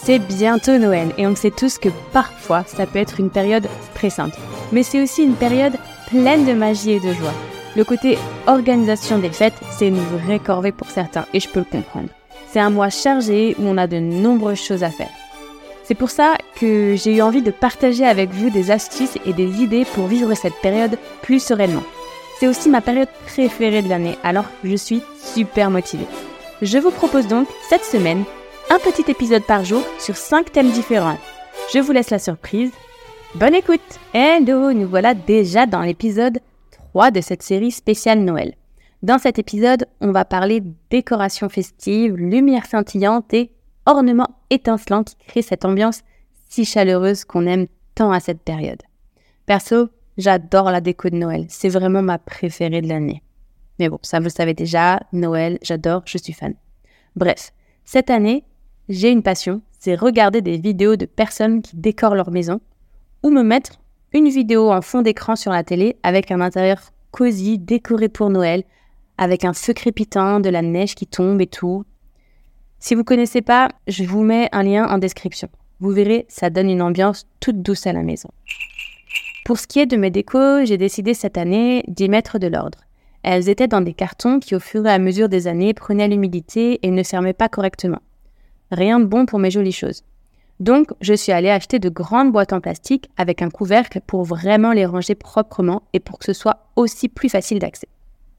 C'est bientôt Noël et on sait tous que parfois ça peut être une période stressante. Mais c'est aussi une période pleine de magie et de joie. Le côté organisation des fêtes, c'est une vraie corvée pour certains et je peux le comprendre. C'est un mois chargé où on a de nombreuses choses à faire. C'est pour ça que j'ai eu envie de partager avec vous des astuces et des idées pour vivre cette période plus sereinement. C'est aussi ma période préférée de l'année, alors je suis super motivée. Je vous propose donc cette semaine un petit épisode par jour sur 5 thèmes différents. Je vous laisse la surprise. Bonne écoute! Hello, nous voilà déjà dans l'épisode 3 de cette série spéciale Noël. Dans cet épisode, on va parler décoration festive, lumière scintillante et ornements étincelants qui créent cette ambiance si chaleureuse qu'on aime tant à cette période. Perso, j'adore la déco de Noël, c'est vraiment ma préférée de l'année. Mais bon, ça vous le savez déjà, Noël, j'adore, je suis fan. Bref, cette année, j'ai une passion, c'est regarder des vidéos de personnes qui décorent leur maison ou me mettre une vidéo en fond d'écran sur la télé avec un intérieur cosy, décoré pour Noël, avec un feu crépitant, de la neige qui tombe et tout. Si vous ne connaissez pas, je vous mets un lien en description. Vous verrez, ça donne une ambiance toute douce à la maison. Pour ce qui est de mes décos, j'ai décidé cette année d'y mettre de l'ordre. Elles étaient dans des cartons qui, au fur et à mesure des années, prenaient l'humidité et ne fermaient pas correctement. Rien de bon pour mes jolies choses. Donc, je suis allée acheter de grandes boîtes en plastique avec un couvercle pour vraiment les ranger proprement et pour que ce soit aussi plus facile d'accès.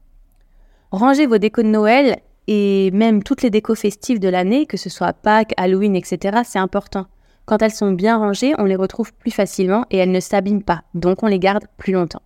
Ranger vos décos de Noël et même toutes les décos festives de l'année, que ce soit Pâques, Halloween, etc., c'est important. Quand elles sont bien rangées, on les retrouve plus facilement et elles ne s'abîment pas, donc on les garde plus longtemps.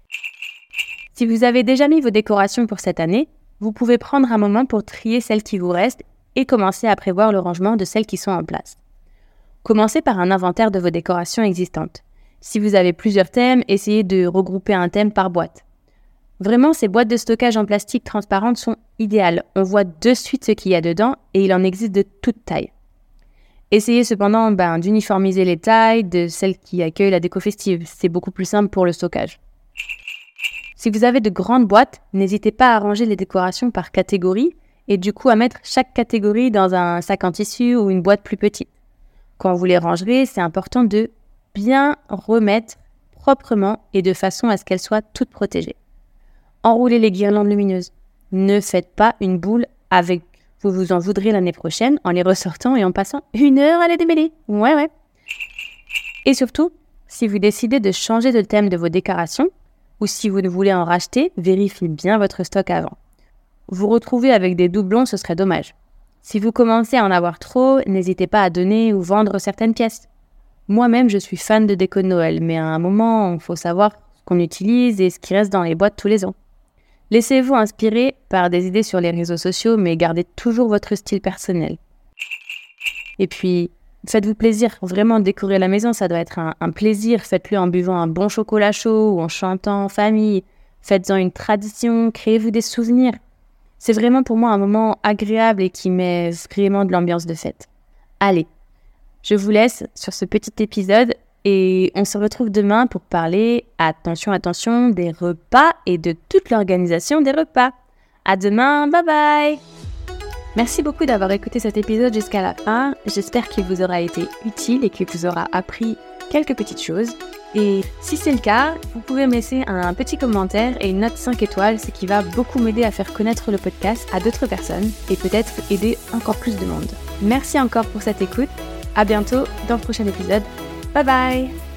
Si vous avez déjà mis vos décorations pour cette année, vous pouvez prendre un moment pour trier celles qui vous restent et commencer à prévoir le rangement de celles qui sont en place. Commencez par un inventaire de vos décorations existantes. Si vous avez plusieurs thèmes, essayez de regrouper un thème par boîte. Vraiment, ces boîtes de stockage en plastique transparentes sont idéales. On voit de suite ce qu'il y a dedans et il en existe de toutes tailles. Essayez cependant d'uniformiser les tailles de celles qui accueillent la déco festive. C'est beaucoup plus simple pour le stockage. Si vous avez de grandes boîtes, n'hésitez pas à ranger les décorations par catégorie et du coup à mettre chaque catégorie dans un sac en tissu ou une boîte plus petite. Quand vous les rangerez, c'est important de bien remettre proprement et de façon à ce qu'elles soient toutes protégées. Enroulez les guirlandes lumineuses. Ne faites pas une boule avec. Vous vous en voudrez l'année prochaine en les ressortant et en passant 1 heure à les démêler. Ouais. Et surtout, si vous décidez de changer de thème de vos décorations ou si vous voulez en racheter, vérifiez bien votre stock avant. Vous retrouver avec des doublons, ce serait dommage. Si vous commencez à en avoir trop, n'hésitez pas à donner ou vendre certaines pièces. Moi-même, je suis fan de déco de Noël, mais à un moment, il faut savoir ce qu'on utilise et ce qui reste dans les boîtes tous les ans. Laissez-vous inspirer par des idées sur les réseaux sociaux, mais gardez toujours votre style personnel. Et puis, faites-vous plaisir. Vraiment, décorer la maison, ça doit être un plaisir. Faites-le en buvant un bon chocolat chaud ou en chantant en famille. Faites-en une tradition, créez-vous des souvenirs. C'est vraiment pour moi un moment agréable et qui met vraiment de l'ambiance de fête. Allez, je vous laisse sur ce petit épisode et on se retrouve demain pour parler, attention, des repas et de toute l'organisation des repas. À demain, bye bye! Merci beaucoup d'avoir écouté cet épisode jusqu'à la fin. J'espère qu'il vous aura été utile et qu'il vous aura appris quelques petites choses. Et si c'est le cas, vous pouvez me laisser un petit commentaire et une note 5 étoiles, ce qui va beaucoup m'aider à faire connaître le podcast à d'autres personnes et peut-être aider encore plus de monde. Merci encore pour cette écoute. À bientôt dans le prochain épisode. Bye bye!